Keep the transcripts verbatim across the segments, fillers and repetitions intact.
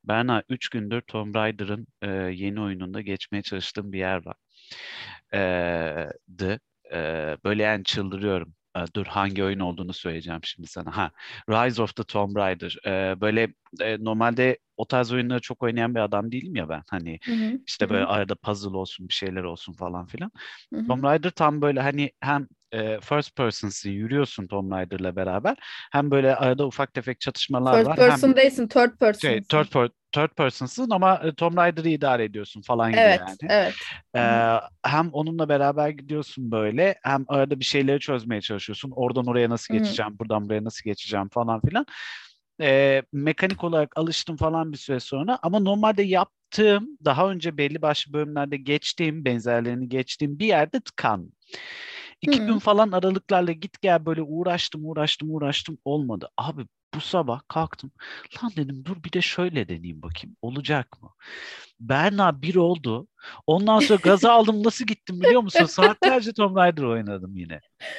Berna, üç gündür Tomb Raider'ın e, yeni oyununda geçmeye çalıştığım bir yer var. E, dı. E, Böyle yani çıldırıyorum. E, dur, hangi oyun olduğunu söyleyeceğim şimdi sana. Ha, Rise of the Tomb Raider. E, böyle e, normalde o tarz oyunları çok oynayan bir adam değilim ya ben. Hani Hı hı. Hı işte böyle hı. arada puzzle olsun, bir şeyler olsun falan filan. Hı hı. Tomb Raider tam böyle hani hem e, first person'sın, yürüyorsun Tomb Raider'la beraber. Hem böyle arada ufak tefek çatışmalar First var. Hem person değilsin, third şey third, person'sın. per- third person'sın ama e, Tomb Raider'ı idare ediyorsun falan gibi Evet, yani. evet. Hı hı. Ee, Hem onunla beraber gidiyorsun böyle, hem arada bir şeyleri çözmeye çalışıyorsun. Oradan oraya nasıl Hı hı. geçeceğim, buradan buraya nasıl geçeceğim falan filan. Ee, mekanik olarak alıştım falan bir süre sonra, ama normalde yaptığım, daha önce belli başlı bölümlerde geçtiğim, benzerlerini geçtiğim bir yerde tıkandım. Hı İki gün hı. falan aralıklarla git gel böyle uğraştım uğraştım uğraştım, olmadı. Abi, bu sabah kalktım. Lan dedim, dur bir de şöyle deneyeyim bakayım. Olacak mı? Berna, bir oldu. Ondan sonra gazı aldım, nasıl gittim biliyor musun? Saatlerce Tomb Raider oynadım yine.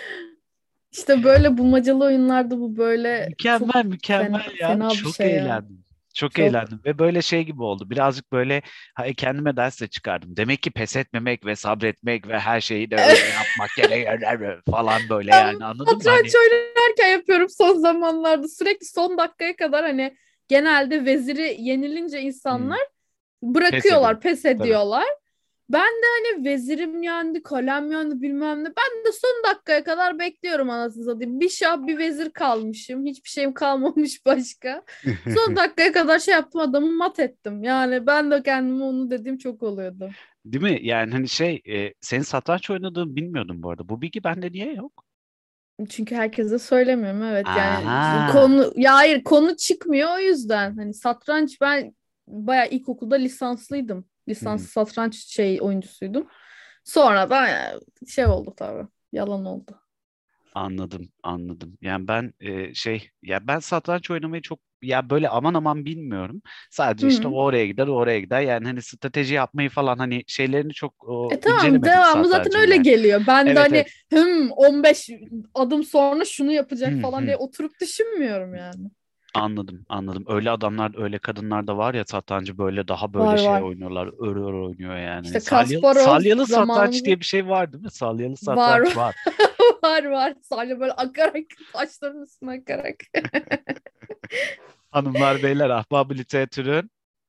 İşte böyle bulmacalı oyunlarda bu böyle çok Mükemmel fena, mükemmel ya. fena bir Çok şey ya. eğlendim. Çok Çok. eğlendim ve böyle şey gibi oldu. Birazcık böyle ha, kendime ders de çıkardım. Demek ki pes etmemek ve sabretmek ve her şeyi de öyle yapmak gerekiyor falan, böyle Ben yani, anladın mı? satranç Hani oynarken yapıyorum son zamanlarda. Sürekli son dakikaya kadar hani genelde veziri yenilince hmm, insanlar pes ediyorum. bırakıyorlar, pes Tabii. ediyorlar. Ben de hani vezirim yendi, kalem yendi bilmem ne. Ben de son dakikaya kadar bekliyorum anasını satayım. Bir şah bir vezir kalmışım. Hiçbir şeyim kalmamış başka. Son dakikaya kadar şey yaptım, adamı mat ettim. Yani ben de kendime onu dediğim çok oluyordu. Değil mi? Yani hani şey, e, senin satranç oynadığını bilmiyordum bu arada. Bu bilgi bende niye yok? Çünkü herkese söylemiyorum, evet, yani Aha. konu, ya hayır, konu çıkmıyor o yüzden. Hani satranç, ben bayağı ilkokulda lisanslıydım. Lisans Hmm. satranç şey oyuncusuydum. Sonradan yani şey oldu tabii. Yalan oldu. Anladım, anladım. Yani ben e, şey, ya ben satranç oynamayı çok, ya böyle aman aman bilmiyorum. Sadece Hı işte hı. o oraya gider, o oraya gider. Yani hani strateji yapmayı falan, hani şeylerini çok o, E tamam, incelemedim devamı zaten satrancın öyle yani. geliyor. Ben de Evet, evet. hani hım on beş adım sonra şunu yapacak Hı falan hı. diye oturup düşünmüyorum yani. Anladım, anladım. Öyle adamlar, öyle kadınlar da var ya, satrancı böyle daha böyle Var şey var. oynuyorlar, örü örü oynuyor yani. Hani İşte salyalı, Kasparov salyalı satranç zamanımızda diye bir şey var değil mi? Salyalı var satranç var. var var. Sadece böyle akarak, taşların üstüne akarak. Hanımlar beyler, ahbap literatürün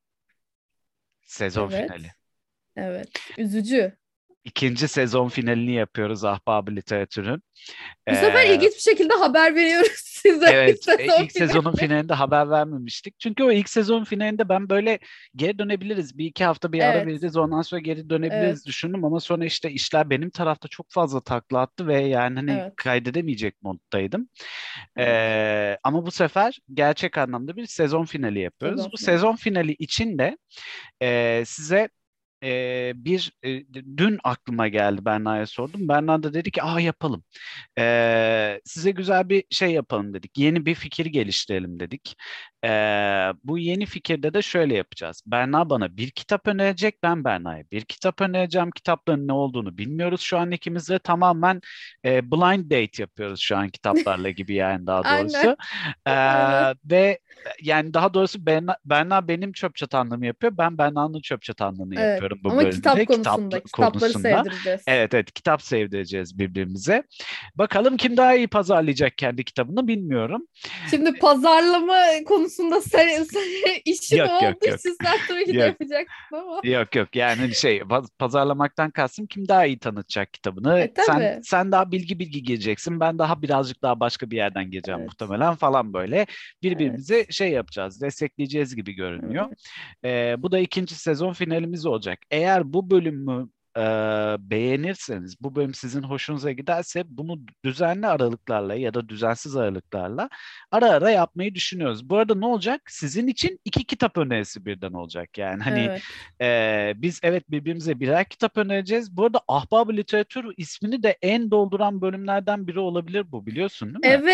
sezon finali. Evet. Evet. Üzücü. İkinci sezon finalini yapıyoruz ahbap literatürün. Bu sefer Ee, ilginç bir şekilde haber veriyoruz size evet, e, sezon ilk sezonun finali. finalinde haber vermemiştik. Çünkü o ilk sezon finalinde ben böyle geri dönebiliriz. Bir iki hafta bir ara Evet. veririz, ondan sonra geri dönebiliriz Evet. düşündüm, ama sonra işte işler benim tarafta çok fazla takla attı ve yani hani Evet. kaydedemeyecek moddaydım. Evet. Ee, ama bu sefer gerçek anlamda bir sezon finali yapıyoruz. Sezon Bu finali. sezon finali için de e, size e, bir e, dün aklıma geldi, Berna'ya sordum. Berna da dedi ki, aa, yapalım. Ee, size güzel bir şey yapalım dedik. Yeni bir fikir geliştirelim dedik. Ee, Bu yeni fikirde de şöyle yapacağız. Berna bana bir kitap önerecek, ben Berna'ya bir kitap önereceğim. Kitapların ne olduğunu bilmiyoruz şu an ikimiz de. Tamamen e, blind date yapıyoruz şu an kitaplarla gibi, yani daha doğrusu. Aynen. Ee, Aynen. Ve yani daha doğrusu Berna, Berna benim çöp çatanlığımı yapıyor. Ben Berna'nın çöp çatanlığını Evet. yapıyorum bu Ama kitap bölümde. Kitap konusunda kitapları konusunda. sevdireceğiz. Evet, evet, kitap sevdireceğiz birbirimize. Bakalım kim daha iyi pazarlayacak kendi kitabını, bilmiyorum. Şimdi pazarlama konusunda sen, sen işin Yok, yok, olduğu yok. için sen tabii ki de Yok, yapacaksın ama. yok, yok. Yani hani şey, paz- pazarlamaktan kastım, kim daha iyi tanıtacak kitabını. E Sen tabii. sen daha bilgi bilgi gireceksin. Ben daha birazcık daha başka bir yerden gireceğim Evet. muhtemelen falan böyle. Birbirimizi Evet. şey yapacağız, destekleyeceğiz gibi görünüyor. Evet. Ee, bu da ikinci sezon finalimiz olacak. Eğer bu bölümü e, beğenirseniz, bu bölüm sizin hoşunuza giderse, bunu düzenli aralıklarla ya da düzensiz aralıklarla ara ara yapmayı düşünüyoruz. Bu arada ne olacak? Sizin için iki kitap önerisi birden olacak. Yani hani Evet. e, biz evet birbirimize birer kitap önereceğiz. Bu arada Ahbap-ı Literatür ismini de en dolduran bölümlerden biri olabilir bu, biliyorsun değil mi? Evet.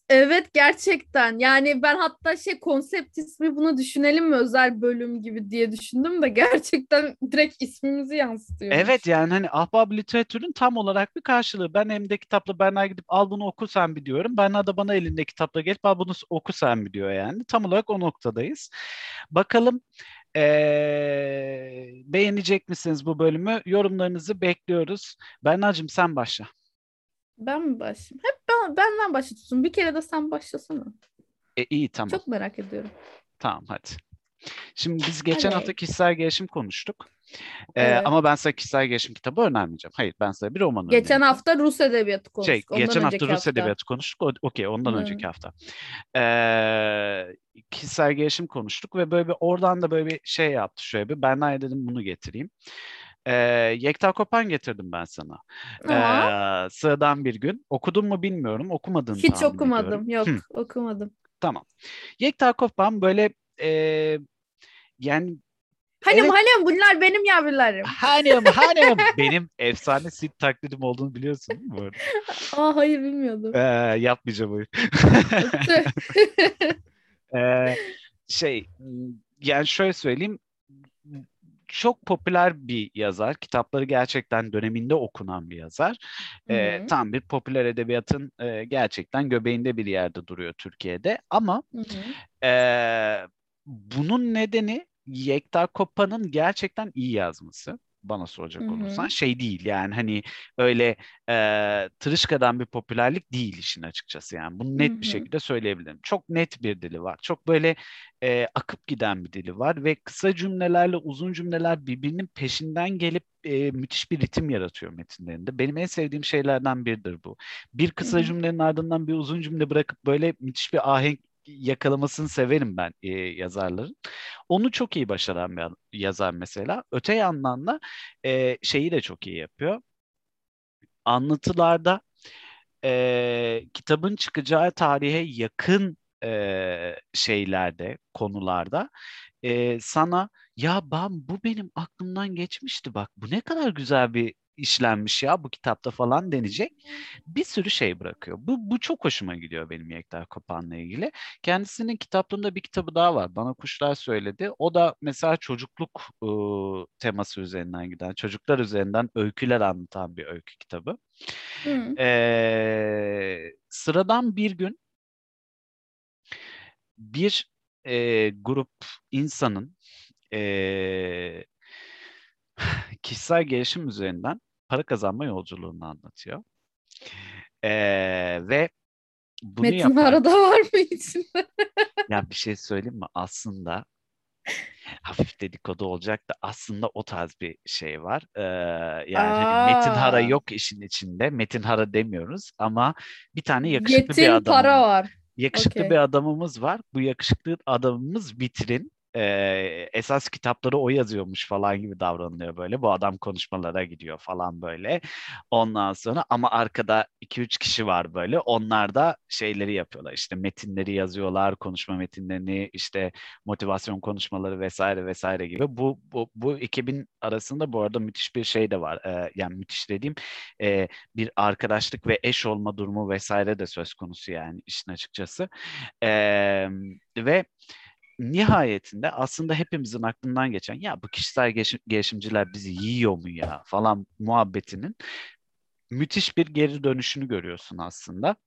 Evet, gerçekten. Yani ben hatta şey konsept ismi bunu düşünelim mi özel bölüm gibi diye düşündüm de gerçekten direkt ismimizi Evet yansıtıyormuş. yani hani ahbap literatürün tam olarak bir karşılığı. Ben elimde kitapla Berna gidip al bunu oku sen bir diyorum. Berna da bana elinde kitapla gelip al bunu oku sen bir diyor yani. Tam olarak o noktadayız. Bakalım eee, beğenecek misiniz bu bölümü? Yorumlarınızı bekliyoruz. Berna'cığım sen başla. Ben mi başlayayım? Hep ben, benden başlatıyorsun. Bir kere de sen başlasana. E, iyi tamam. Çok merak ediyorum. Tamam hadi. Şimdi biz geçen hafta Oley. kişisel gelişim konuştuk. Ee, Evet. ama ben size kişisel gelişim kitabı önermeyeceğim. Hayır, ben size bir roman Geçen önereceğim. hafta Rus edebiyatı Şey, konuştuk. Ondan geçen hafta önceki Rus hafta. edebiyatı konuştuk. O- Okey, ondan önceki Hı. hafta. Ee, kişisel gelişim konuştuk ve böyle bir oradan da böyle bir şey yaptı şöyle bir. Berna'ya dedim bunu getireyim. Ee, Yekta Kopan getirdim ben sana. Aa, Ee, sıradan bir gün. Okudun mu bilmiyorum. Okumadığını hiç tahmin ediyorum. okumadım. Hı, Yok, okumadım. tamam. Yekta Kopan böyle e, yani Hanım evet. hanım bunlar benim yavrularım. Hanım hanım. Benim efsane Sid taklidim olduğunu biliyorsun değil mi bu arada? Aa, hayır Ee, bilmiyordum. yapmayacağım onu. Tüh. Ee, şey yani şöyle söyleyeyim. Çok popüler bir yazar. Kitapları gerçekten döneminde okunan bir yazar. Hı Ee, hı. tam bir popüler edebiyatın e, gerçekten göbeğinde bir yerde duruyor Türkiye'de. Ama Hı hı. e, bunun nedeni Yekta Kopan'ın gerçekten iyi yazması. Bana Hı soracak olursan hı. şey değil yani hani öyle e, tırışkadan bir popülerlik değil işin açıkçası yani bunu Hı net bir hı. şekilde söyleyebilirim. Çok net bir dili var. Çok böyle e, akıp giden bir dili var ve kısa cümlelerle uzun cümleler birbirinin peşinden gelip e, müthiş bir ritim yaratıyor metinlerinde. Benim en sevdiğim şeylerden biridir bu. Bir Hı kısa hı. cümlenin ardından bir uzun cümle bırakıp böyle müthiş bir ahenk yakalamasını severim ben e, yazarların. Onu çok iyi başaran bir yazar mesela. Öte yandan da e, şeyi de çok iyi yapıyor. Anlatılarda e, kitabın çıkacağı tarihe yakın e, şeylerde, konularda e, sana ya ben bu benim aklımdan geçmişti bak bu ne kadar güzel bir işlenmiş ya bu kitapta falan denecek bir sürü şey bırakıyor. Bu, bu çok hoşuma gidiyor benim Yekta Kopan'la ilgili. Kendisinin kitaplığında bir kitabı daha var. Bana Kuşlar söyledi. O da mesela çocukluk e, teması üzerinden giden, çocuklar üzerinden öyküler anlatan bir öykü kitabı. Hı. E, sıradan bir gün bir e, grup insanın e, kişisel gelişim üzerinden para kazanma yolculuğunu anlatıyor. E, ve bunu Metin yapar. arada var mı içinde? Ya bir şey söyleyeyim mi? Aslında hafif dedikodu olacak da aslında o tarz bir şey var. Ee, yani hani Metin Hara Aa, yok işin içinde. Metin Hara demiyoruz ama bir tane yakışıklı bir yetim para adamım. var. Yakışıklı bir Okey. adamımız var. Bu yakışıklı adamımız vitrin. Ee, esas kitapları o yazıyormuş falan gibi davranılıyor böyle. Bu adam konuşmalara gidiyor falan böyle. Ondan sonra ama arkada iki üç kişi var böyle. Onlar da şeyleri yapıyorlar. İşte metinleri yazıyorlar, konuşma metinlerini, işte motivasyon konuşmaları vesaire vesaire gibi. Bu bu bu ekibin arasında bu arada müthiş bir şey de var. Ee, yani müthiş dediğim e, bir arkadaşlık ve eş olma durumu vesaire de söz konusu yani işin açıkçası. Ee, ve nihayetinde aslında hepimizin aklından geçen ya bu kişisel gelişim- gelişimciler bizi yiyor mu ya falan muhabbetinin müthiş bir geri dönüşünü görüyorsun aslında.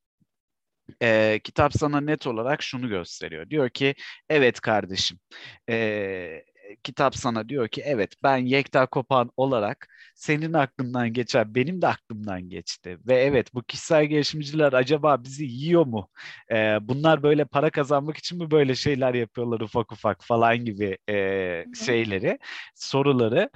Ee, kitap sana net olarak şunu gösteriyor. Diyor ki evet kardeşim. Ee, kitap sana diyor ki evet ben Yekta Kopan olarak senin aklından geçen benim de aklımdan geçti. Ve evet bu kişisel gelişimciler acaba bizi yiyor mu? Ee, bunlar böyle para kazanmak için mi böyle şeyler yapıyorlar ufak ufak falan gibi e, Hı. şeyleri, soruları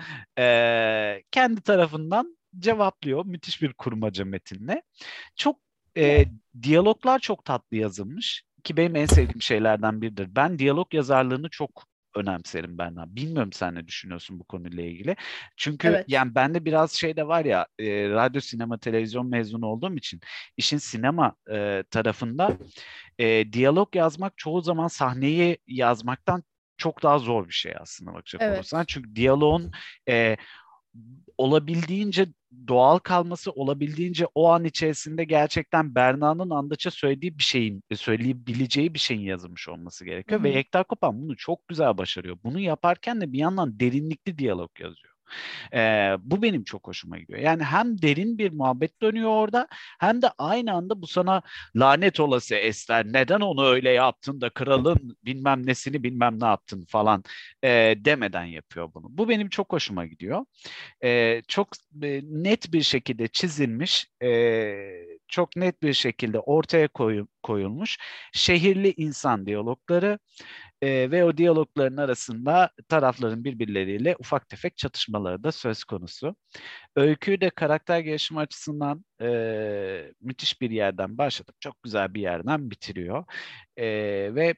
e, kendi tarafından cevaplıyor. Müthiş bir kurmaca metinle. Çok e, diyaloglar çok tatlı yazılmış ki benim en sevdiğim şeylerden biridir. Ben diyalog yazarlığını çok önemserim Berna. Bilmiyorum sen ne düşünüyorsun bu konuyla ilgili. Çünkü Evet. yani bende biraz şey de var ya e, radyo, sinema, televizyon mezunu olduğum için işin sinema e, tarafında e, diyalog yazmak çoğu zaman sahneyi yazmaktan çok daha zor bir şey aslında bakacak olursan. Evet. Çünkü diyaloğun e, olabildiğince doğal kalması, olabildiğince o an içerisinde gerçekten Berna'nın andaça söylediği bir şeyin, söyleyebileceği bir şeyin yazılmış olması Hı gerekiyor. Ve hı. Yekta Kopan bunu çok güzel başarıyor. Bunu yaparken de bir yandan derinlikli diyalog yazıyor. Ee, bu benim çok hoşuma gidiyor. Yani hem derin bir muhabbet dönüyor orada, hem de aynı anda bu sana lanet olası Ester, neden onu öyle yaptın da kralın bilmem nesini bilmem ne yaptın falan e, demeden yapıyor bunu. Bu benim çok hoşuma gidiyor. E, çok e, net bir şekilde çizilmiş, e, çok net bir şekilde ortaya koyu- koyulmuş şehirli insan diyalogları. Ee, ve o diyalogların arasında tarafların birbirleriyle ufak tefek çatışmaları da söz konusu. Öyküyü de karakter gelişimi açısından e, müthiş bir yerden başlatıp çok güzel bir yerden bitiriyor. E, ve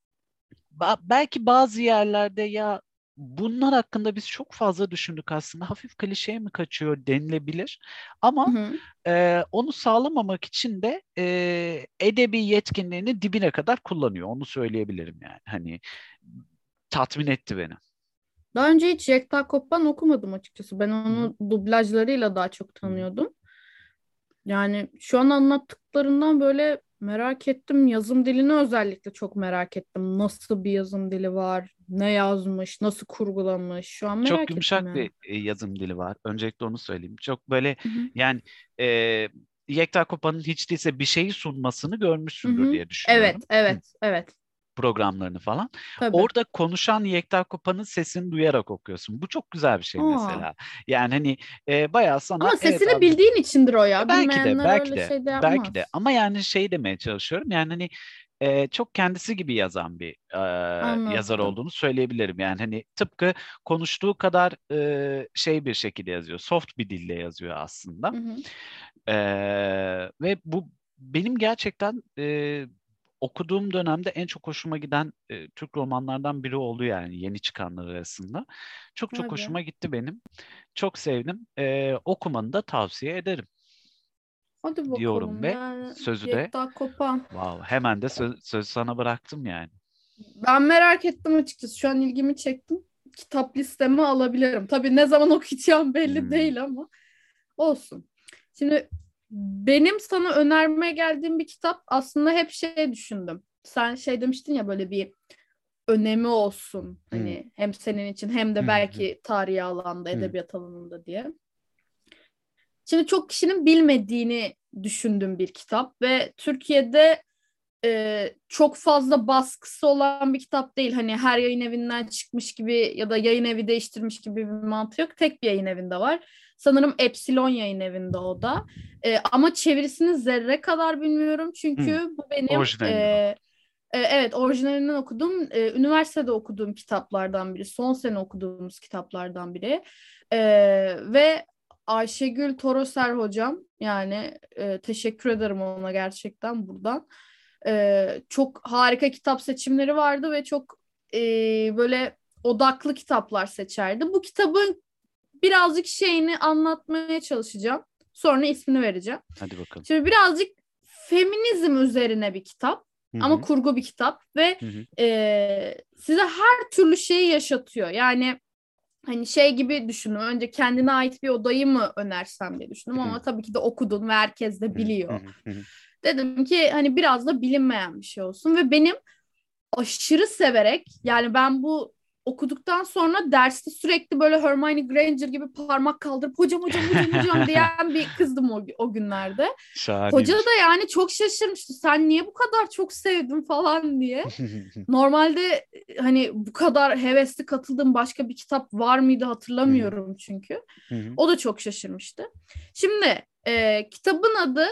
ba- belki bazı yerlerde ya bunlar hakkında biz çok fazla düşündük aslında, hafif klişeye mi kaçıyor denilebilir. Hı Ama hı. e, onu sağlamamak için de e, edebi yetkinliğini dibine kadar kullanıyor. Onu söyleyebilirim yani. Hani tatmin etti beni. Daha önce hiç Yekta Kopan okumadım açıkçası. Ben Hı hı. onu dublajlarıyla daha çok Hı hı. tanıyordum. Yani şu an anlattıklarından böyle merak ettim. Yazım dilini özellikle çok merak ettim. Nasıl bir yazım dili var? Ne yazmış? Nasıl kurgulamış? Şu an Çok merak ettim yumuşak yani. bir e, yazım dili var. Öncelikle onu söyleyeyim. Çok böyle Hı hı. yani e, Yekta Kopan'ın hiç değilse bir şeyi sunmasını Hı görmüşsündür hı. diye düşünüyorum. Evet, evet, evet. Programlarını falan. Tabii. Orada konuşan Yekta Kopan'ın sesini duyarak okuyorsun. Bu çok güzel bir şey Aa. mesela. Yani hani e, bayağı sana Ama evet sesini abi, bildiğin içindir o e, ya. belki de Bilmeyenler belki öyle de şey de belki de yapmaz. ama yani şey demeye çalışıyorum. Yani hani e, çok kendisi gibi yazan bir e, yazar Anladım. olduğunu söyleyebilirim. Yani hani tıpkı konuştuğu kadar e, şey bir şekilde yazıyor. Soft bir dille yazıyor aslında. Hı hı. E, ve bu benim gerçekten e, okuduğum dönemde en çok hoşuma giden e, Türk romanlardan biri oldu yani yeni çıkanlar arasında. Çok çok Tabii. hoşuma gitti benim. Çok sevdim. E, okumanı da tavsiye ederim Hadi diyorum bakalım. ve Yani sözü de Yekta Kopan. wow, hemen de söz, sözü sana bıraktım yani. Ben merak ettim açıkçası. Şu an ilgimi çektim. Kitap listeme alabilirim. Tabii ne zaman okuyacağım belli Hmm. değil ama olsun. Şimdi benim sana önermeye geldiğim bir kitap aslında hep şey düşündüm. Sen şey demiştin ya böyle bir önemi olsun. Hmm. Hani hem senin için hem de Hmm. belki tarihi alanda, Hmm. edebiyat alanında diye. Şimdi çok kişinin bilmediğini düşündüğüm bir kitap ve Türkiye'de e, çok fazla baskısı olan bir kitap değil. Hani her yayın evinden çıkmış gibi ya da yayın evi değiştirmiş gibi bir mantığı yok. Tek bir yayın evinde var. Sanırım Epsilon yayın evinde o da. E, ama çevirisini zerre kadar bilmiyorum. Hmm. Çünkü bu benim e, Orijinalinden oku. e, evet orijinalinden okudum. E, üniversitede okuduğum kitaplardan biri. Son sene okuduğumuz kitaplardan biri. E, ve Ayşegül Toroser hocam yani e, teşekkür ederim ona gerçekten buradan. E, çok harika kitap seçimleri vardı ve çok e, böyle odaklı kitaplar seçerdi. Bu kitabın birazcık şeyini anlatmaya çalışacağım. Sonra ismini vereceğim. Hadi bakalım. Şimdi birazcık feminizm üzerine bir kitap Hı ama hı. kurgu bir kitap ve Hı hı. e, size her türlü şeyi yaşatıyor. Yani hani şey gibi düşündüm. Önce kendine ait bir odayı mı önersem diye düşündüm Hı ama tabii ki de okudun ve herkes de hı. Hı biliyor. hı. Hı hı. Dedim ki hani biraz da bilinmeyen bir şey olsun ve benim aşırı severek yani ben bu okuduktan sonra derste sürekli böyle Hermione Granger gibi parmak kaldırıp hocam hocam hocam hocam diyen bir kızdım o, o günlerde. Hoca Şahaneymiş. da yani çok şaşırmıştı. Sen niye bu kadar çok sevdin falan diye. Normalde hani bu kadar hevesli katıldığım başka bir kitap var mıydı Hı hı. hatırlamıyorum çünkü. Hı hı. O da çok şaşırmıştı. Şimdi e, kitabın adı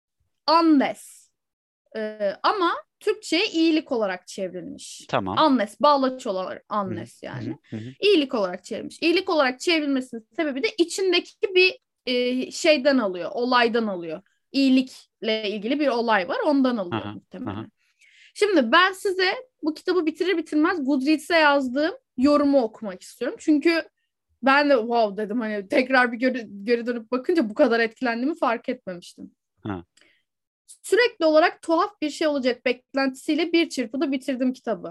Unless. E, ama Türkçe'ye iyilik olarak çevrilmiş. Tamam. Unless, bağlaç olarak Hı hı. unless Hı hı. yani. Hı hı. İyilik olarak çevrilmiş. İyilik olarak çevrilmesinin sebebi de içindeki bir e, şeyden alıyor, olaydan alıyor. İyilikle ilgili bir olay var, ondan alıyor Aha. Aha. muhtemelen. Şimdi ben size bu kitabı bitirir bitirmez Goodreads'e yazdığım yorumu okumak istiyorum. Çünkü ben de wow dedim hani tekrar bir geri, geri dönüp bakınca bu kadar etkilendiğimi fark etmemiştim. Ha. Sürekli olarak tuhaf bir şey olacak beklentisiyle bir çırpıda bitirdim kitabı.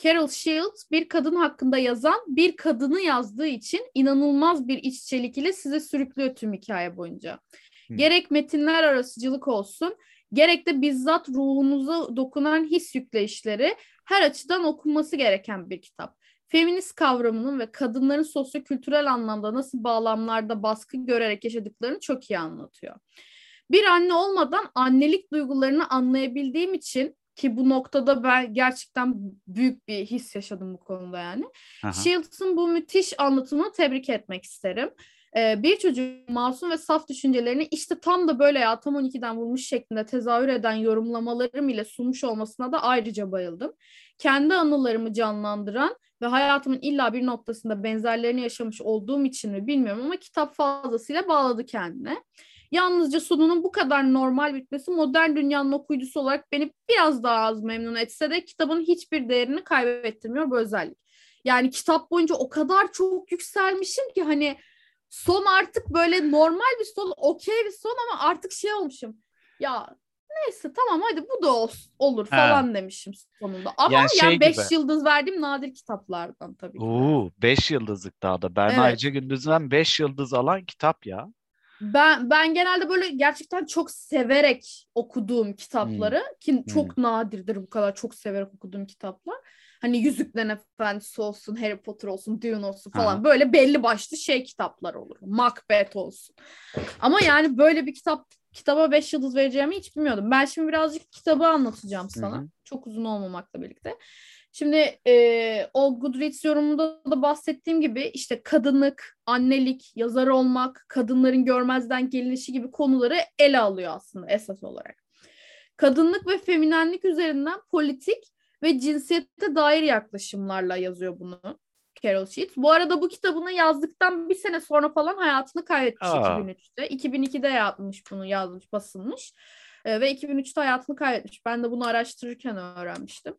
Carol Shields bir kadın hakkında yazan bir kadını yazdığı için inanılmaz bir iççilik ile size sürüklüyor tüm hikaye boyunca. Hmm. Gerek metinler arasıcılık olsun, gerek de bizzat ruhunuza dokunan his yükleyişleri her açıdan okunması gereken bir kitap. Feminist kavramının ve kadınların sosyokültürel anlamda nasıl bağlamlarda baskı görerek yaşadıklarını çok iyi anlatıyor. Bir anne olmadan annelik duygularını anlayabildiğim için, ki bu noktada ben gerçekten büyük bir his yaşadım bu konuda yani. Aha. Shields'ın bu müthiş anlatımını tebrik etmek isterim. Ee, bir çocuğun masum ve saf düşüncelerini işte tam da böyle ya tam on ikiden vurmuş şeklinde tezahür eden yorumlamalarım ile sunmuş olmasına da ayrıca bayıldım. Kendi anılarımı canlandıran ve hayatımın illa bir noktasında benzerlerini yaşamış olduğum için mi bilmiyorum ama kitap fazlasıyla bağladı kendine. Yalnızca sonunun bu kadar normal bitmesi modern dünyanın okuyucusu olarak beni biraz daha az memnun etse de kitabın hiçbir değerini kaybettirmiyor bu özellik. Yani kitap boyunca o kadar çok yükselmişim ki hani son artık böyle normal bir son, okey bir son ama artık şey olmuşum. Ya neyse tamam hadi bu da ol, olur falan ha. demişim sonunda. Ama yani şey beş yani yıldız verdiğim nadir kitaplardan tabii ki. Oo, beş yıldızlık daha da. Berna evet. Ece Gündüz'den beş yıldız alan kitap ya. Ben ben genelde böyle gerçekten çok severek okuduğum kitapları hmm. ki çok hmm. nadirdir bu kadar çok severek okuduğum kitaplar. Hani Yüzüklerin Efendisi olsun, Harry Potter olsun, Dune olsun falan Aha. böyle belli başlı şey kitaplar olur. Macbeth olsun. Ama yani böyle bir kitap kitaba beş yıldız vereceğimi hiç bilmiyordum. Ben şimdi birazcık kitabı anlatacağım sana. Hı-hı. Çok uzun olmamakla birlikte. Şimdi e, o Goodreads yorumunda da bahsettiğim gibi işte kadınlık, annelik, yazar olmak, kadınların görmezden gelinişi gibi konuları ele alıyor aslında esas olarak. Kadınlık ve feminenlik üzerinden politik ve cinsiyete dair yaklaşımlarla yazıyor bunu Carol Shields. Bu arada bu kitabını yazdıktan bir sene sonra falan hayatını kaybetmiş Aa. iki bin üçte. iki bin ikide yazmış bunu, yazmış, basılmış. E, ve iki bin üçte hayatını kaybetmiş. Ben de bunu araştırırken öğrenmiştim.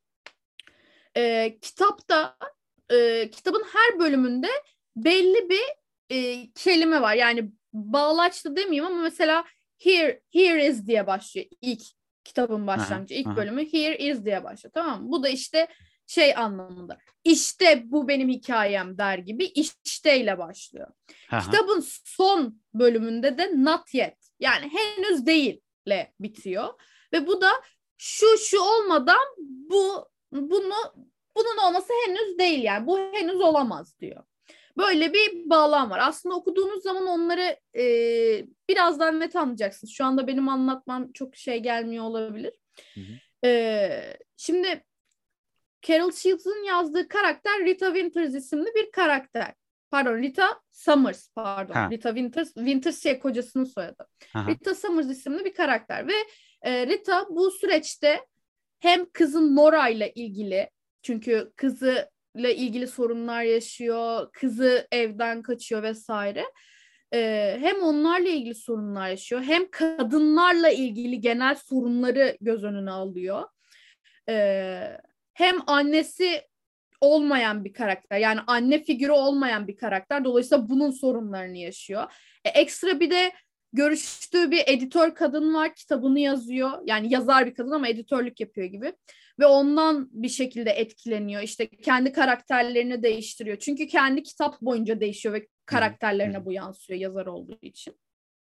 E, kitapta, e, kitabın her bölümünde belli bir e, kelime var. Yani bağlaçlı demeyeyim ama mesela here, here is diye başlıyor ilk kitabın başlangıcı. İlk bölümü here is diye başlıyor. Tamam mı? Bu da işte şey anlamında. İşte bu benim hikayem der gibi işteyle başlıyor. Aha. Kitabın son bölümünde de not yet yani henüz değille bitiyor. Ve bu da şu şu olmadan bu bunu bunun olması henüz değil yani. Bu henüz olamaz diyor. Böyle bir bağlam var. Aslında okuduğunuz zaman onları e, birazdan net anlayacaksınız. Şu anda benim anlatmam çok şey gelmiyor olabilir. Hı hı. E, şimdi Carol Shields'ın yazdığı karakter Rita Winters isimli bir karakter. Pardon Rita Summers pardon. Ha. Rita Winters, Winters şey kocasının soyadı. Aha. Rita Summers isimli bir karakter ve e, Rita bu süreçte hem kızın Nora ile ilgili çünkü kızı ile ilgili sorunlar yaşıyor, kızı evden kaçıyor vesaire. Ee, hem onlarla ilgili sorunlar yaşıyor, hem kadınlarla ilgili genel sorunları göz önüne alıyor. Ee, hem annesi olmayan bir karakter, yani anne figürü olmayan bir karakter. Dolayısıyla bunun sorunlarını yaşıyor. Ee, ekstra bir de görüştüğü bir editör kadın var, kitabını yazıyor. Yani yazar bir kadın ama editörlük yapıyor gibi. Ve ondan bir şekilde etkileniyor. İşte kendi karakterlerini değiştiriyor. Çünkü kendi kitap boyunca değişiyor ve karakterlerine bu yansıyor yazar olduğu için.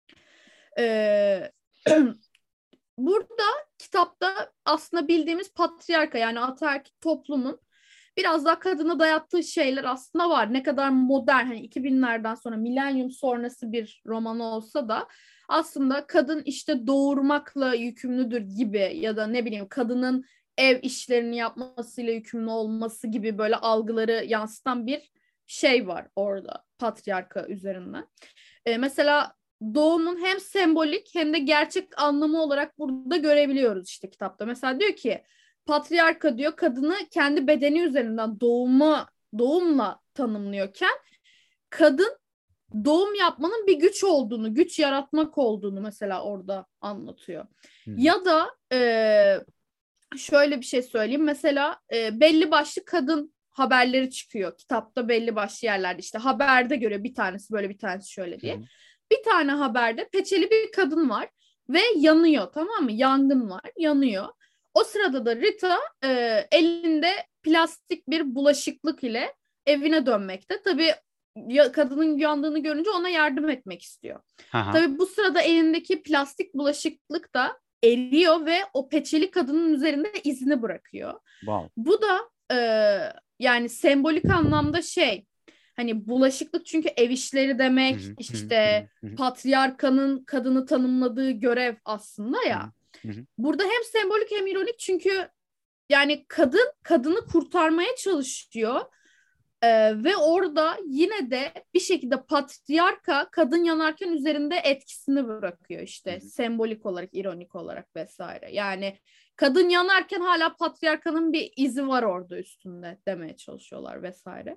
Ee, burada kitapta aslında bildiğimiz patriarka yani ataerkil toplumun biraz daha kadına dayattığı şeyler aslında var. Ne kadar modern hani iki binlerden sonra milenyum sonrası bir roman olsa da aslında kadın işte doğurmakla yükümlüdür gibi ya da ne bileyim kadının ev işlerini yapmasıyla yükümlü olması gibi böyle algıları yansıtan bir şey var orada patriarka üzerinden. Ee, mesela doğumun hem sembolik hem de gerçek anlamı olarak burada görebiliyoruz işte kitapta. Mesela diyor ki patriarka diyor kadını kendi bedeni üzerinden doğuma doğumla tanımlıyorken kadın doğum yapmanın bir güç olduğunu, güç yaratmak olduğunu mesela orada anlatıyor. Hmm. Ya da e, şöyle bir şey söyleyeyim. Mesela e, belli başlı kadın haberleri çıkıyor. Kitapta belli başlı yerlerde işte haberde göre bir tanesi böyle bir tanesi şöyle diye. Hmm. Bir tane haberde peçeli bir kadın var ve yanıyor, tamam mı? Yangın var, yanıyor. O sırada da Rita e, elinde plastik bir bulaşıklık ile evine dönmekte. Tabii ya, kadının yandığını görünce ona yardım etmek istiyor. Aha. Tabii bu sırada elindeki plastik bulaşıklık da eriyor ve o peçeli kadının üzerinde izini bırakıyor. Wow. Bu da e, yani sembolik anlamda şey, hani bulaşıklık çünkü ev işleri demek, Hı hı, işte hı hı, patriarkanın kadını tanımladığı görev aslında ya. hı hı. Burada hem sembolik hem ironik çünkü yani kadın kadını kurtarmaya çalışıyor. Ee, ve orada yine de bir şekilde patriarka kadın yanarken üzerinde etkisini bırakıyor işte, Hı hı. sembolik olarak, ironik olarak vesaire. Yani kadın yanarken hala patriarkanın bir izi var orada üstünde demeye çalışıyorlar vesaire.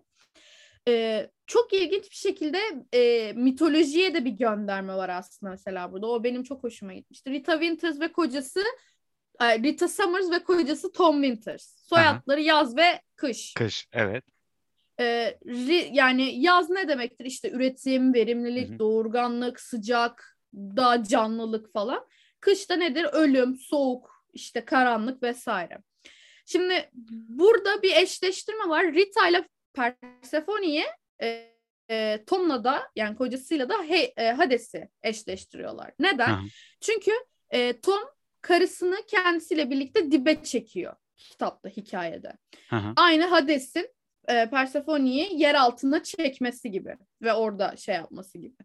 Ee, çok ilginç bir şekilde e, mitolojiye de bir gönderme var aslında mesela burada. O benim çok hoşuma gitmişti. Rita Winters ve kocası e, Rita Summers ve kocası Tom Winters. Aha. Soyadları Yaz ve Kış. Kış, evet. Ee, ri- yani yaz ne demektir? İşte üretim, Hı verimlilik, hı. doğurganlık, sıcak, daha canlılık falan. Kışta nedir? Ölüm, soğuk, işte karanlık vesaire. Şimdi burada bir eşleştirme var. Rita ile Persephone'yi e, e, Tom'la da, yani kocasıyla da He, e, Hades'i eşleştiriyorlar. Neden? Aha. Çünkü e, Tom karısını kendisiyle birlikte dibe çekiyor kitapta, hikayede. Aha. Aynı Hades'in e, Persephone'yi yer altına çekmesi gibi ve orada şey yapması gibi.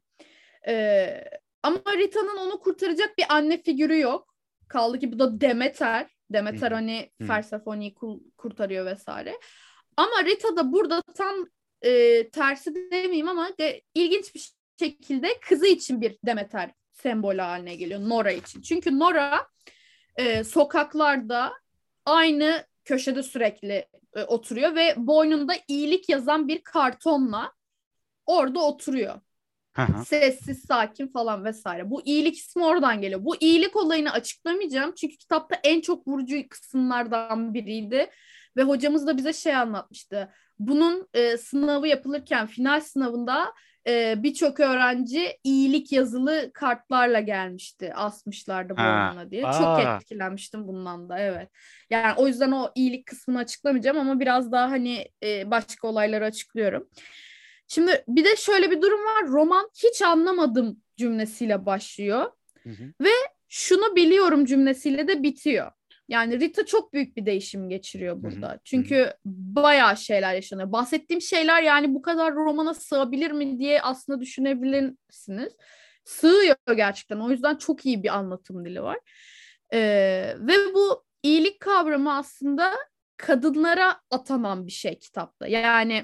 E, ama Rita'nın onu kurtaracak bir anne figürü yok. Kaldı ki bu da Demeter. Hı Demeter hı. hani Hı hı. Persephone'yi kurtarıyor vesaire. Ama Rita da burada tam e, tersi demeyeyim ama de, ilginç bir şekilde kızı için bir Demeter sembolü haline geliyor Nora için. Çünkü Nora e, sokaklarda aynı köşede sürekli e, oturuyor ve boynunda iyilik yazan bir kartonla orada oturuyor. Aha. Sessiz, sakin falan vesaire. Bu iyilik ismi oradan geliyor. Bu iyilik olayını açıklamayacağım. Çünkü kitapta en çok vurucu kısımlardan biriydi. Ve hocamız da bize şey anlatmıştı. Bunun e, sınavı yapılırken, final sınavında e, birçok öğrenci iyilik yazılı kartlarla gelmişti. Asmışlardı Ha. boynuna diye. Çok Aa. etkilenmiştim bundan da, evet. Yani o yüzden o iyilik kısmını açıklamayacağım ama biraz daha hani e, başka olayları açıklıyorum. Şimdi bir de şöyle bir durum var. Roman hiç anlamadım cümlesiyle başlıyor Hı hı. ve şunu biliyorum cümlesiyle de bitiyor. Yani Rita çok büyük bir değişim geçiriyor Hı hı. burada. Hı hı. Çünkü bayağı şeyler yaşanıyor. Bahsettiğim şeyler yani bu kadar romana sığabilir mi diye aslında düşünebilirsiniz. Sığıyor gerçekten. O yüzden çok iyi bir anlatım dili var. Ee, ve bu iyilik kavramı aslında kadınlara atanan bir şey kitapta. Yani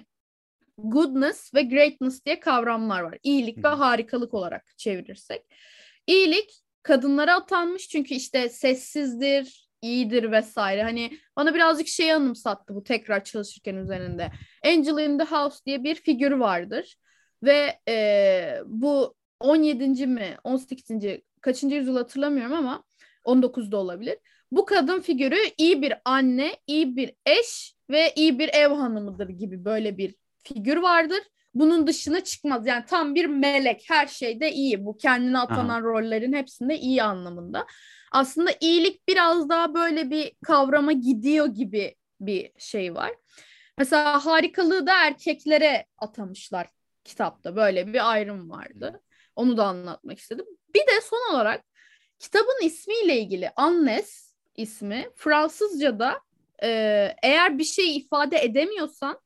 goodness ve greatness diye kavramlar var. Hı İyilik ve hı. harikalık olarak çevirirsek. İyilik kadınlara atanmış çünkü işte sessizdir, iyidir vesaire. Hani bana birazcık şeyi anımsattı bu tekrar çalışırken üzerinde. Angel in the House diye bir figür vardır. Ve e, bu on yedinci mi on sekizinci kaçıncı yüzyıl hatırlamıyorum ama on dokuzda olabilir. Bu kadın figürü iyi bir anne, iyi bir eş ve iyi bir ev hanımıdır gibi böyle bir figür vardır. Bunun dışına çıkmaz. Yani tam bir melek. Her şeyde iyi. Bu kendine Aha. atanan rollerin hepsinde iyi anlamında. Aslında iyilik biraz daha böyle bir kavrama gidiyor gibi bir şey var. Mesela harikalığı da erkeklere atamışlar kitapta. Böyle bir ayrım Hı hı. vardı. Onu da anlatmak istedim. Bir de son olarak kitabın ismiyle ilgili Annes ismi Fransızca'da e, eğer bir şey ifade edemiyorsan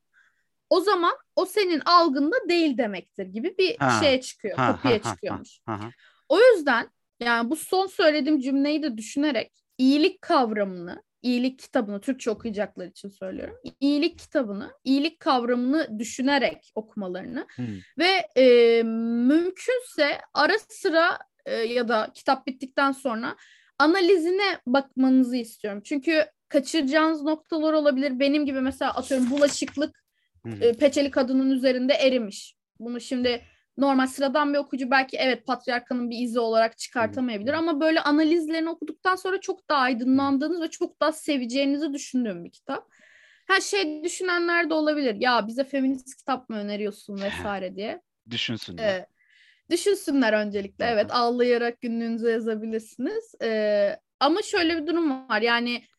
o zaman o senin algında değil demektir gibi bir Ha. şeye çıkıyor, Ha ha kapıya ha ha. çıkıyormuş. Aha. O yüzden yani bu son söylediğim cümleyi de düşünerek iyilik kavramını, iyilik kitabını Türkçe okuyacaklar için söylüyorum. İyilik kitabını, iyilik kavramını düşünerek okumalarını Hı. ve e, mümkünse ara sıra e, ya da kitap bittikten sonra analizine bakmanızı istiyorum. Çünkü kaçıracağınız noktalar olabilir. Benim gibi mesela atıyorum bulaşıklık Hı hı. e, peçeli kadının üzerinde erimiş. Bunu şimdi normal sıradan bir okuyucu belki evet patriarkanın bir izi olarak Hı hı. çıkartamayabilir ama böyle analizlerini okuduktan sonra çok daha Hı hı. aydınlandığınız ve çok daha seveceğinizi düşündüğüm bir kitap. Her şey düşünenler de olabilir. Ya bize feminist kitap mı öneriyorsun vesaire diye. Düşünsünler. Ee, düşünsünler öncelikle. Evet, Aha. ağlayarak günlüğünüze yazabilirsiniz. Ee, ama şöyle bir durum var. Yani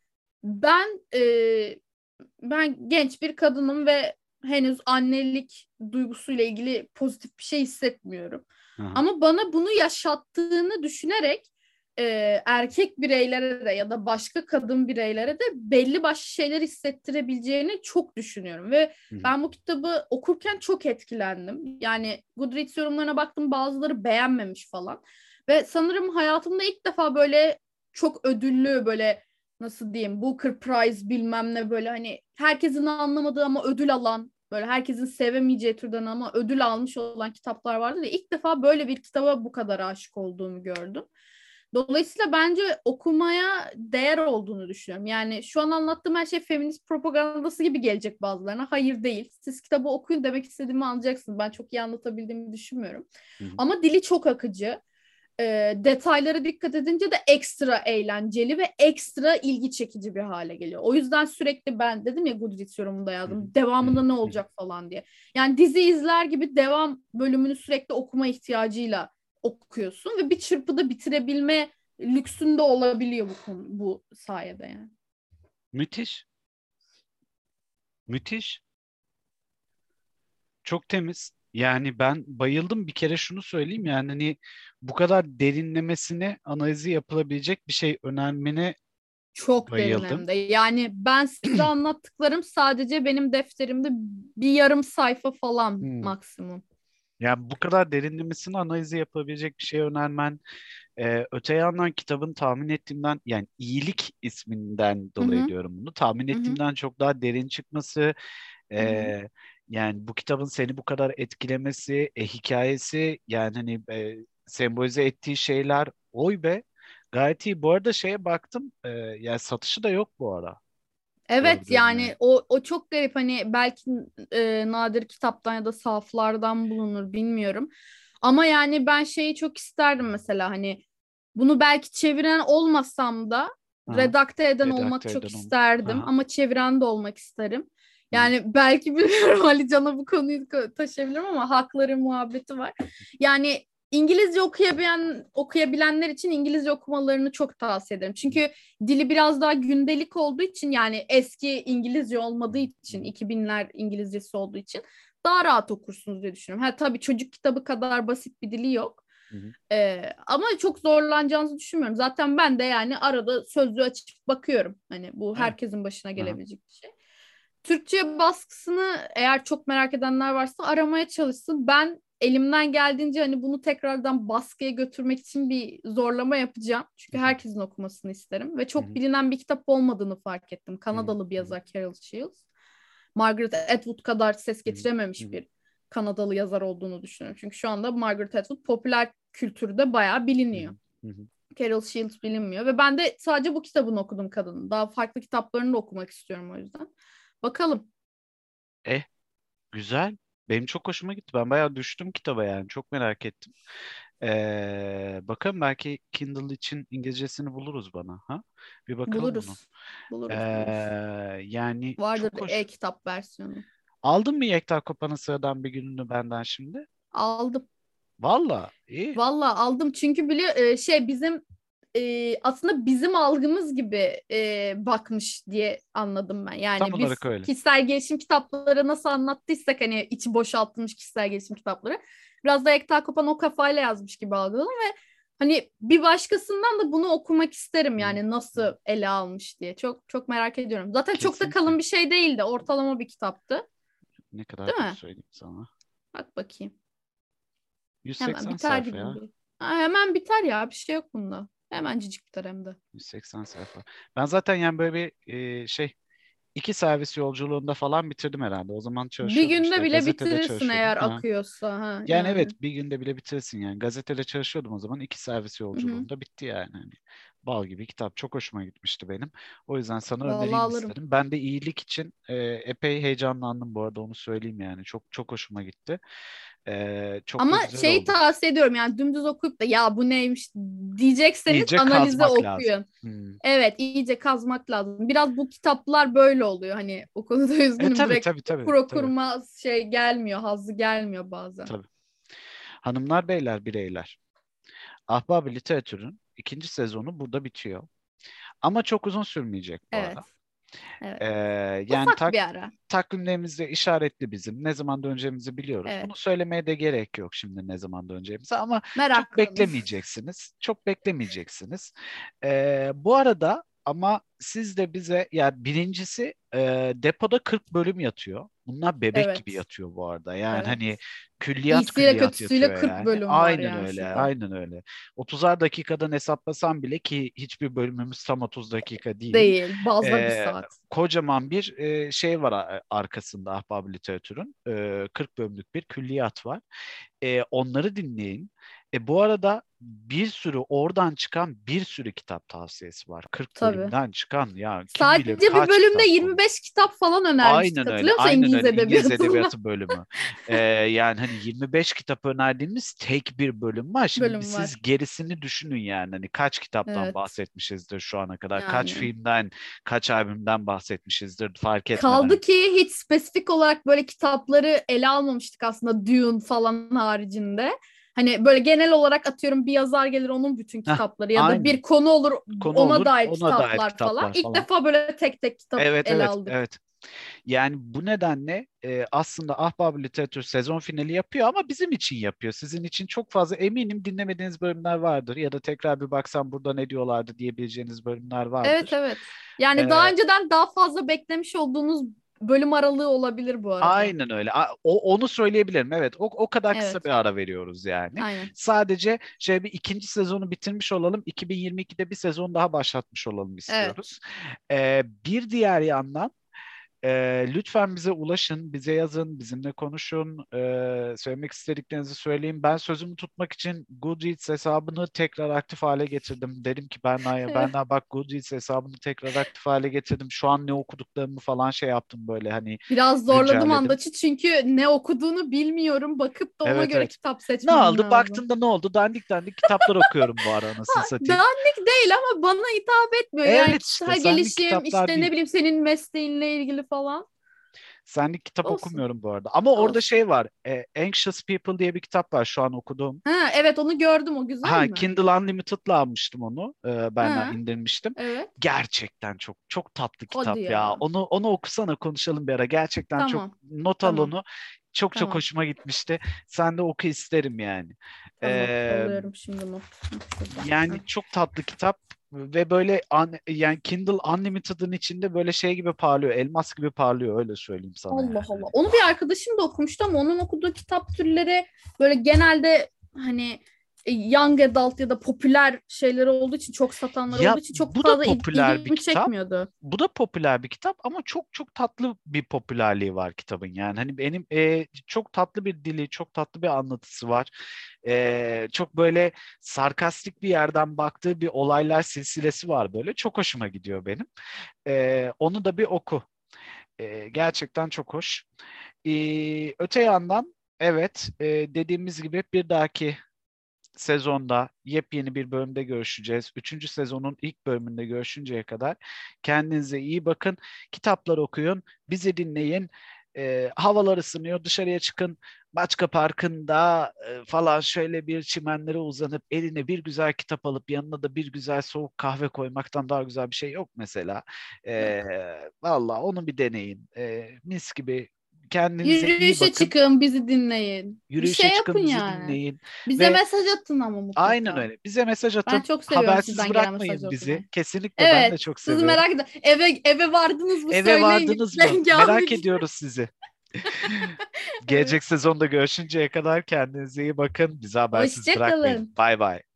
Ben e, ben genç bir kadınım ve henüz annelik duygusuyla ilgili pozitif bir şey hissetmiyorum. Aha. Ama bana bunu yaşattığını düşünerek e, erkek bireylere de ya da başka kadın bireylere de belli başlı şeyler hissettirebileceğini çok düşünüyorum. Ve Hı hı. ben bu kitabı okurken çok etkilendim. Yani Goodreads yorumlarına baktım, bazıları beğenmemiş falan. Ve sanırım hayatımda ilk defa böyle çok ödüllü, böyle nasıl diyeyim, Booker Prize bilmem ne, böyle hani herkesin anlamadığı ama ödül alan, böyle herkesin sevemeyeceği türden ama ödül almış olan kitaplar vardı ve ilk defa böyle bir kitaba bu kadar aşık olduğumu gördüm. Dolayısıyla bence okumaya değer olduğunu düşünüyorum. Yani şu an anlattığım her şey feminist propagandası gibi gelecek bazılarına. Hayır, değil. Siz kitabı okuyun, demek istediğimi anlayacaksınız. Ben çok iyi anlatabildiğimi düşünmüyorum. Hı hı. Ama dili çok akıcı. E, detaylara dikkat edince de ekstra eğlenceli ve ekstra ilgi çekici bir hale geliyor. O yüzden sürekli, ben dedim ya Goodreads yorumunda Hı hı. yazdım, Hı devamında hı. ne Hı hı. olacak falan diye. Yani dizi izler gibi devam bölümünü sürekli okuma ihtiyacıyla okuyorsun ve bir çırpıda bitirebilme lüksünde olabiliyor bu konu, bu sayede yani. Müthiş. Müthiş. Çok temiz. Yani ben bayıldım. Bir kere şunu söyleyeyim, yani hani bu kadar derinlemesine analizi yapılabilecek bir şey önermene Çok derin hem bayıldım. de. Yani ben size anlattıklarım sadece benim defterimde bir yarım sayfa falan Hmm. maksimum. Yani bu kadar derinlemesine analizi yapabilecek bir şey önermen, e, öte yandan kitabın tahmin ettiğimden, yani iyilik isminden Hı dolayı hı, diyorum bunu, tahmin hı hı, ettiğimden çok daha derin çıkması, hı hı. e, yani bu kitabın seni bu kadar etkilemesi, e, hikayesi, yani hani e, sembolize ettiği şeyler, oy be, gayet iyi. Bu arada şeye baktım, e, yani satışı da yok bu ara, Evet, gördüğüm yani. yani o o çok garip, hani belki e, nadir kitaptan ya da sahaflardan bulunur, bilmiyorum. Ama yani ben şeyi çok isterdim mesela, hani bunu belki çeviren olmasam da Aha, redakte eden olmak redakte çok eden olma. isterdim, Aha. ama çeviren de olmak isterim. Hı hı. Yani belki bilmiyorum, Ali Can'a bu konuyu ko- taşıyabilirim ama hakları muhabbeti var. Yani İngilizce okuyabilen okuyabilenler için İngilizce okumalarını çok tavsiye ederim. Çünkü dili biraz daha gündelik olduğu için, yani eski İngilizce Hı olmadığı hı. için, iki binler İngilizcesi olduğu için daha rahat okursunuz diye düşünüyorum. Ha, tabii çocuk kitabı kadar basit bir dili yok. Hı hı. Ee, ama çok zorlanacağınızı düşünmüyorum. Zaten ben de yani arada sözlüğü açıp bakıyorum. Hani bu Evet. herkesin başına Aha. gelebilecek bir şey. Türkçe baskısını eğer çok merak edenler varsa aramaya çalışsın. Ben elimden geldiğince hani bunu tekrardan baskıya götürmek için bir zorlama yapacağım. Hı Çünkü hı. herkesin okumasını isterim. Ve Hı çok hı. bilinen bir kitap olmadığını fark ettim. Hı hı. Kanadalı bir Hı hı. yazar, Carol Shields. Margaret Atwood kadar ses Hı hı. Hı getirememiş hı. bir Kanadalı yazar olduğunu düşünüyorum. Çünkü şu anda Margaret Atwood popüler kültürde bayağı Hı biliniyor. hı. Hı hı. Carol Shields bilinmiyor ve ben de sadece bu kitabını okudum kadının. Daha farklı kitaplarını da okumak istiyorum o yüzden. Bakalım. Eh, güzel. Benim çok hoşuma gitti. Ben bayağı düştüm kitaba yani. Çok merak ettim. Ee, bakalım, belki Kindle için İngilizcesini buluruz bana. Ha? Bir bakalım bunu. Buluruz. Buluruz, Ee, buluruz. yani Vardır çok hoş. e-kitap versiyonu. Aldın mı Yekta Kopan'ın Sıradan Bir Gününü benden şimdi? Aldım. Valla iyi. Valla aldım, çünkü biliyor e, şey bizim e, aslında bizim algımız gibi e, bakmış diye anladım ben. Tam Yani olarak biz öyle. kişisel gelişim kitapları nasıl anlattıysak, hani içi boşaltılmış kişisel gelişim kitapları, biraz da Ekta Kopan o kafayla yazmış gibi algıladım ve hani bir başkasından da bunu okumak isterim, Hı hı. yani Hı hı. nasıl ele almış diye. Çok çok merak ediyorum. Zaten çok da Kesinlikle. kalın bir şey değildi. Ortalama bir kitaptı. Ne Değil kadardır mi? söyleyeyim sana. Bak bakayım. Hemen yüz seksen biter sayfa gibi ya. bir. Ha, hemen biter ya. Bir şey yok bunda. Hemencik biter hem de. yüz seksen sayfa. Ben zaten yani böyle bir e, şey, iki servis yolculuğunda falan bitirdim herhalde. O zaman Bir çalışıyordum günde işte. bile Gazetede bitirirsin çalışıyordum. eğer Ha. akıyorsa. Ha, Yani yani. evet, bir günde bile bitirsin yani. Gazetede çalışıyordum o zaman. İki servis Hı hı. yolculuğunda bitti yani. Hani bal gibi kitap. Çok hoşuma gitmişti benim. O yüzden sana Vallahi önereyim alırım. istedim. Ben de iyilik için e, epey heyecanlandım bu arada, onu söyleyeyim yani. Çok çok hoşuma gitti. E, çok da Ama güzel şeyi oldu. tavsiye ediyorum, yani dümdüz okuyup da ya bu neymiş diyecekseniz İyice analize kazmak lazım. okuyun. Hmm. Evet, iyice kazmak lazım. Biraz bu kitaplar böyle oluyor. Hani o konuda E üzgünüm. tabii Direkt tabii tabii okur tabii. okurmaz şey gelmiyor. Hazzı gelmiyor bazen. Tabii. Hanımlar, beyler, bireyler. Ahbap Literatür'ün ikinci sezonu burada bitiyor. Ama çok uzun sürmeyecek bu Evet. ara. Evet. Ee, yani Ufak tak, bir ara. takvimlerimizde işaretli bizim. Ne zaman döneceğimizi biliyoruz. Evet. Bunu söylemeye de gerek yok şimdi ne zaman döneceğimizi ama çok Meraklandım. beklemeyeceksiniz. Çok beklemeyeceksiniz. Ee, bu arada ama siz de bize ya birincisi e, depoda kırk bölüm yatıyor. Bunlar bebek gibi Evet. yatıyor bu arada. Yani Evet. hani külliyat İyisiyle külliyat kötüsüyle yatıyor kırk yani. bölüm var Aynen yani öyle. şurada. Aynen öyle. otuzar dakikadan hesaplasam bile ki hiçbir bölümümüz tam otuz dakika değil. Değil. Bazda bir Ee, saat. kocaman bir e, şey var a- arkasında ahbap literatürün. E, kırk bölümlük bir külliyat var. E, onları dinleyin. E, bu arada bir sürü oradan çıkan bir sürü kitap tavsiyesi var. kırk Tabii. bölümden çıkan ya kim bilir Sadece bir kaç bölümde kitap bu. yirmi beş kitap falan önermiştik. Aynen öyle, Hatırlıyor musun aynen İngiliz öyle İngiliz edebiyatında? Edebiyatı bölümü. Ee, yani hani yirmi beş kitap önerdiğimiz tek bir bölüm var. Şimdi bir Bölüm siz var. gerisini düşünün yani. Hani kaç kitaptan Evet. bahsetmişizdir şu ana kadar, kaç Yani. filmden, kaç albümden bahsetmişizdir fark etmeden. Kaldı ki hiç spesifik olarak böyle kitapları ele almamıştık aslında Dune falan haricinde. Hani böyle genel olarak atıyorum bir yazar gelir onun bütün Heh, kitapları ya da aynen. bir konu olur Konu ona olur, dair ona dair kitaplar falan. kitaplar İlk falan. defa böyle tek tek kitap Evet, ele evet, aldık. evet. Yani bu nedenle e, aslında Ahbap Literatür sezon finali yapıyor ama bizim için yapıyor. Sizin için çok fazla eminim dinlemediğiniz bölümler vardır ya da tekrar bir baksam burada ne diyorlardı diyebileceğiniz bölümler Evet vardır. evet. Yani daha E, önceden daha fazla beklemiş olduğunuz bölüm aralığı olabilir bu arada. aynen öyle. A- O, onu söyleyebilirim. Evet, o, o kadar kısa Evet. bir ara veriyoruz yani. Aynen. Sadece şey bir ikinci sezonu bitirmiş olalım. iki bin yirmi ikide bir sezon daha başlatmış olalım Evet. istiyoruz. E, bir diğer yandan Ee, lütfen bize ulaşın, bize yazın, bizimle konuşun, ee, söylemek istediklerinizi söyleyin. Ben sözümü tutmak için Goodreads hesabını tekrar aktif hale getirdim. Dedim ki Berna'ya, Berna bak Goodreads hesabını tekrar aktif hale getirdim. Şu an ne okuduklarımı falan şey yaptım böyle hani Biraz zorladım güncelledim. Andaç'ı çünkü ne okuduğunu bilmiyorum. Bakıp da ona Evet, göre evet. kitap Ne seçmem oldu? lazım. Baktığında ne oldu? Dandik dandik kitaplar okuyorum bu ara anasını satayım. Dandik değil ama bana hitap etmiyor. Yani Evet işte kişisel senlik gelişim, kitaplar işte ne değil. bileyim senin mesleğinle ilgili falan. Senlik kitap Olsun. okumuyorum bu arada. Ama orada Olsun. şey var. e, Anxious People diye bir kitap var şu an okuduğum. Ha, evet onu gördüm. O güzel Ha, mi? Kindle Unlimited'la almıştım onu. Ee, ben Ha, indirmiştim. evet. Gerçekten çok çok tatlı Hadi kitap ya. ya. Onu onu okusana konuşalım bir ara. Gerçekten çok Tamam. not al Tamam. onu. Çok çok Tamam. hoşuma gitmişti. Sen de oku isterim yani. Tamam. Ee, Alıyorum şimdi not. Şurada. yani Ha. çok tatlı kitap ve böyle un- yani Kindle Unlimited'ın içinde böyle şey gibi parlıyor. Elmas gibi parlıyor öyle söyleyeyim sana Allah yani. Allah. Onu bir arkadaşım da okumuştu ama onun okuduğu kitap türleri böyle genelde hani e, young adult ya da popüler şeyleri olduğu için çok satanlar Ya olduğu için çok bu da fazla il- popüler bir ilgimi kitap. çekmiyordu. Bu da popüler bir kitap ama çok çok tatlı bir popülerliği var kitabın yani. Hani benim e, çok tatlı bir dili, çok tatlı bir anlatısı var. E, çok böyle sarkastik bir yerden baktığı bir olaylar silsilesi var böyle. Çok hoşuma gidiyor benim. E, onu da bir oku. E, gerçekten çok hoş. E, öte yandan evet e, dediğimiz gibi bir dahaki sezonda yepyeni bir bölümde görüşeceğiz. Üçüncü sezonun ilk bölümünde görüşünceye kadar kendinize iyi bakın. Kitaplar okuyun, bizi dinleyin. E, havalar ısınıyor, dışarıya çıkın. Maçka Parkı'nda e, falan şöyle bir çimenlere uzanıp eline bir güzel kitap alıp yanına da bir güzel soğuk kahve koymaktan daha güzel bir şey yok mesela. E, Yok. valla onu bir deneyin. E, mis gibi kendinize iyi Yürüyüşe bakın. çıkın, bizi dinleyin. Bir Yürüyüşe şey yapın çıkın, bizi yani. dinleyin Bize ve mesaj atın ama aynen mutlaka. öyle. Bize mesaj Ben atın. çok seviyorum Habersiz sizden gelen mesaj bırakmayın bizi. okumayı. Kesinlikle ben de Evet, çok sizi seviyorum. merak ediyorum. Eve eve vardınız mı Eve söyleyin. vardınız mı? Rengi Merak almayayım. ediyoruz sizi. Evet. Gelecek sezonda görüşünceye kadar kendinize iyi bakın. Bizi habersiz Hoşça bırakmayın. kalın. Bay bay.